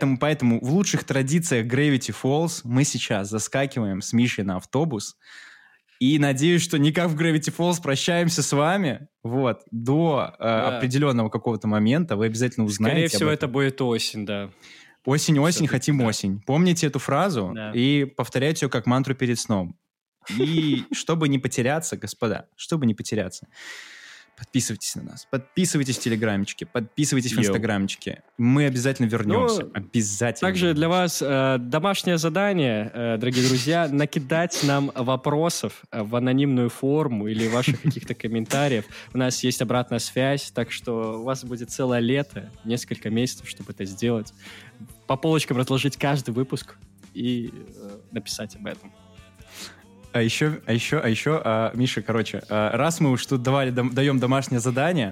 в лучших традициях Gravity Falls мы сейчас заскакиваем с Мишей на автобус. И надеюсь, что не как в Gravity Falls прощаемся с вами, вот, до определенного какого-то момента. Вы обязательно узнаете. Скорее всего, это будет осень, да. Осень, хотим осень. Помните эту фразу и повторяйте ее как мантру перед сном. И чтобы не потеряться, господа, подписывайтесь на нас, подписывайтесь в Телеграмчике, подписывайтесь в Инстаграмчике. Мы обязательно вернемся. Обязательно. Также для вас домашнее задание, дорогие друзья, накидать нам вопросов в анонимную форму или ваших каких-то комментариев. У нас есть обратная связь, так что у вас будет целое лето, несколько месяцев, чтобы это сделать. По полочкам разложить каждый выпуск и написать об этом. А еще, Миша, короче, раз мы уж тут даем домашнее задание,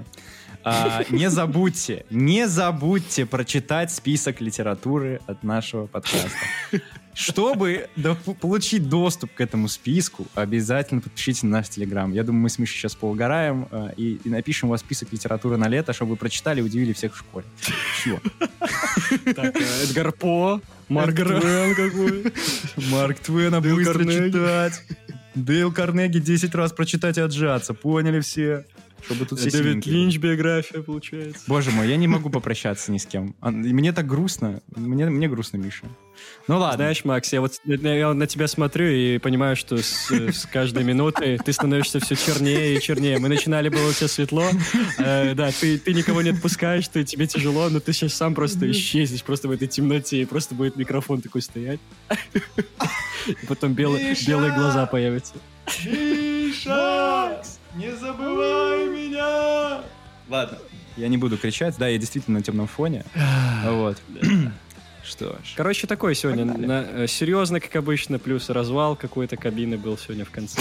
не забудьте прочитать список литературы от нашего подкаста. Чтобы получить доступ к этому списку, обязательно подпишитесь на наш Телеграм. Я думаю, мы с Мишей сейчас поугараем и напишем у вас список литературы на лето, чтобы вы прочитали и удивили всех в школе. Чего? Так, Эдгар По, Марк Твен какой. Марк Твена быстро читать. Дейл Карнеги 10 раз прочитать и отжаться. Поняли все? Чтобы тут все Дэвид Линч биография, получается. Боже мой, я не могу попрощаться ни с кем. Мне так грустно. Мне грустно, Миша. Ну ладно. Знаешь, Макс, я на тебя смотрю и понимаю, что с каждой минутой ты становишься все чернее и чернее. Мы начинали, было у тебя светло. Да, ты никого не отпускаешь, тебе тяжело, но ты сейчас сам просто исчезнешь просто в этой темноте, и просто будет микрофон такой стоять. И потом белые глаза появятся. Миша! Не забывай меня! Ладно, я не буду кричать. Да, я действительно на темном фоне. Вот. Что ж. Короче, такой сегодня серьезно, как обычно, плюс развал какой-то кабины был сегодня в конце.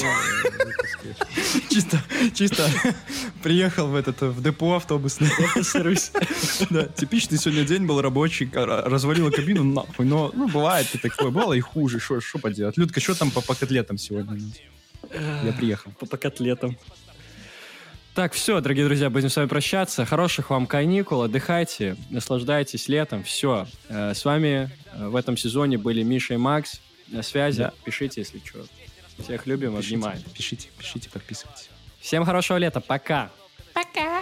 Чисто приехал в депо автобусное. Да, типичный сегодня день был рабочий, развалила кабину нахуй. Но, бывает и такое, бывало и хуже. Что поделать? Людка, что там по котлетам сегодня? Я приехал. По котлетам. Так, все, дорогие друзья, будем с вами прощаться. Хороших вам каникул, отдыхайте, наслаждайтесь летом. Все. С вами в этом сезоне были Миша и Макс. На связи. Да. Пишите, если что. Всех любим, обнимаем. Пишите, подписывайтесь. Всем хорошего лета. Пока. Пока.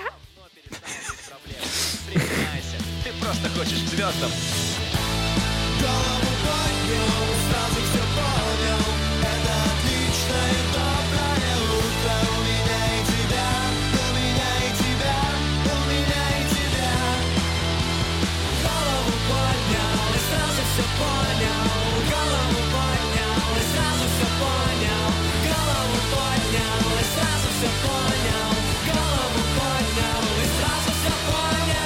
Ты просто хочешь к звездам. Голову поднял, сразу все понял. Это отличное доброе утро. У меня и тебя, у меня и тебя, у меня и тебя. Голову поднял и сразу все понял. Голову поднял и сразу все понял. Голову поднял и сразу все понял. Голову поднял и сразу все понял.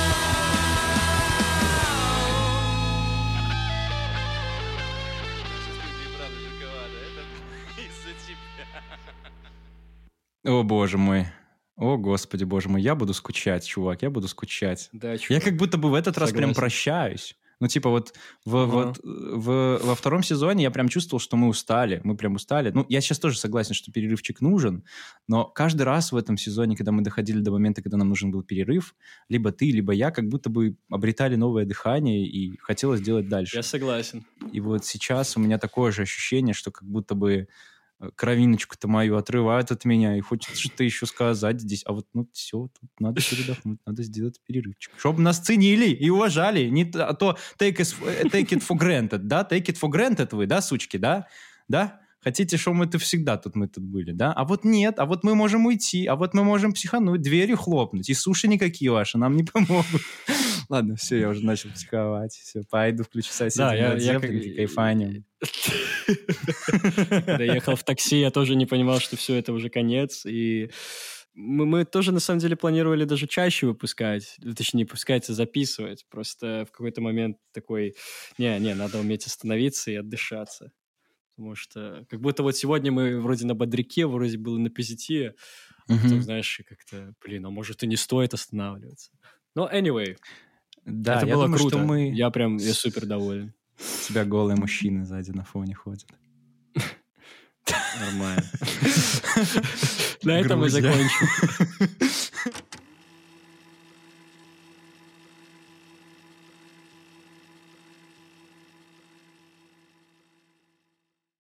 О, боже мой. О, господи, боже мой. Я буду скучать, чувак, я буду скучать. Да, чувак. Я как будто бы в этот раз прям прощаюсь. Ну, типа вот во втором сезоне я прям чувствовал, что мы устали. Мы прям устали. Ну, я сейчас тоже согласен, что перерывчик нужен, но каждый раз в этом сезоне, когда мы доходили до момента, когда нам нужен был перерыв, либо ты, либо я, как будто бы обретали новое дыхание и хотелось делать дальше. Я согласен. И вот сейчас у меня такое же ощущение, что как будто бы кровиночку-то мою отрывают от меня и хочется что-то еще сказать здесь. А вот, все, тут надо передохнуть, надо сделать перерывчик. Чтобы нас ценили и уважали. Не то take it for granted, да? Take it for granted вы, да, сучки, да? Да? Хотите, чтобы мы тут были, да? А вот нет, а вот мы можем уйти, а вот мы можем психануть, дверью хлопнуть, и суши никакие ваши нам не помогут. Ладно, все, я уже начал психовать. Все, пойду включу соседей. Да, кайфанем. Когда ехал в такси, я тоже не понимал, что все, это уже конец. И мы тоже, на самом деле, планировали даже чаще выпускать. Точнее, не выпускать, а записывать. Просто в какой-то момент такой, надо уметь остановиться и отдышаться. Потому что как будто вот сегодня мы вроде на бодряке, вроде было на позитиве. Потом, знаешь, как-то, а может и не стоит останавливаться. Но anyway, да, это было круто. Я супер доволен. У тебя голые мужчины сзади на фоне ходят. Нормально. На этом мы закончим.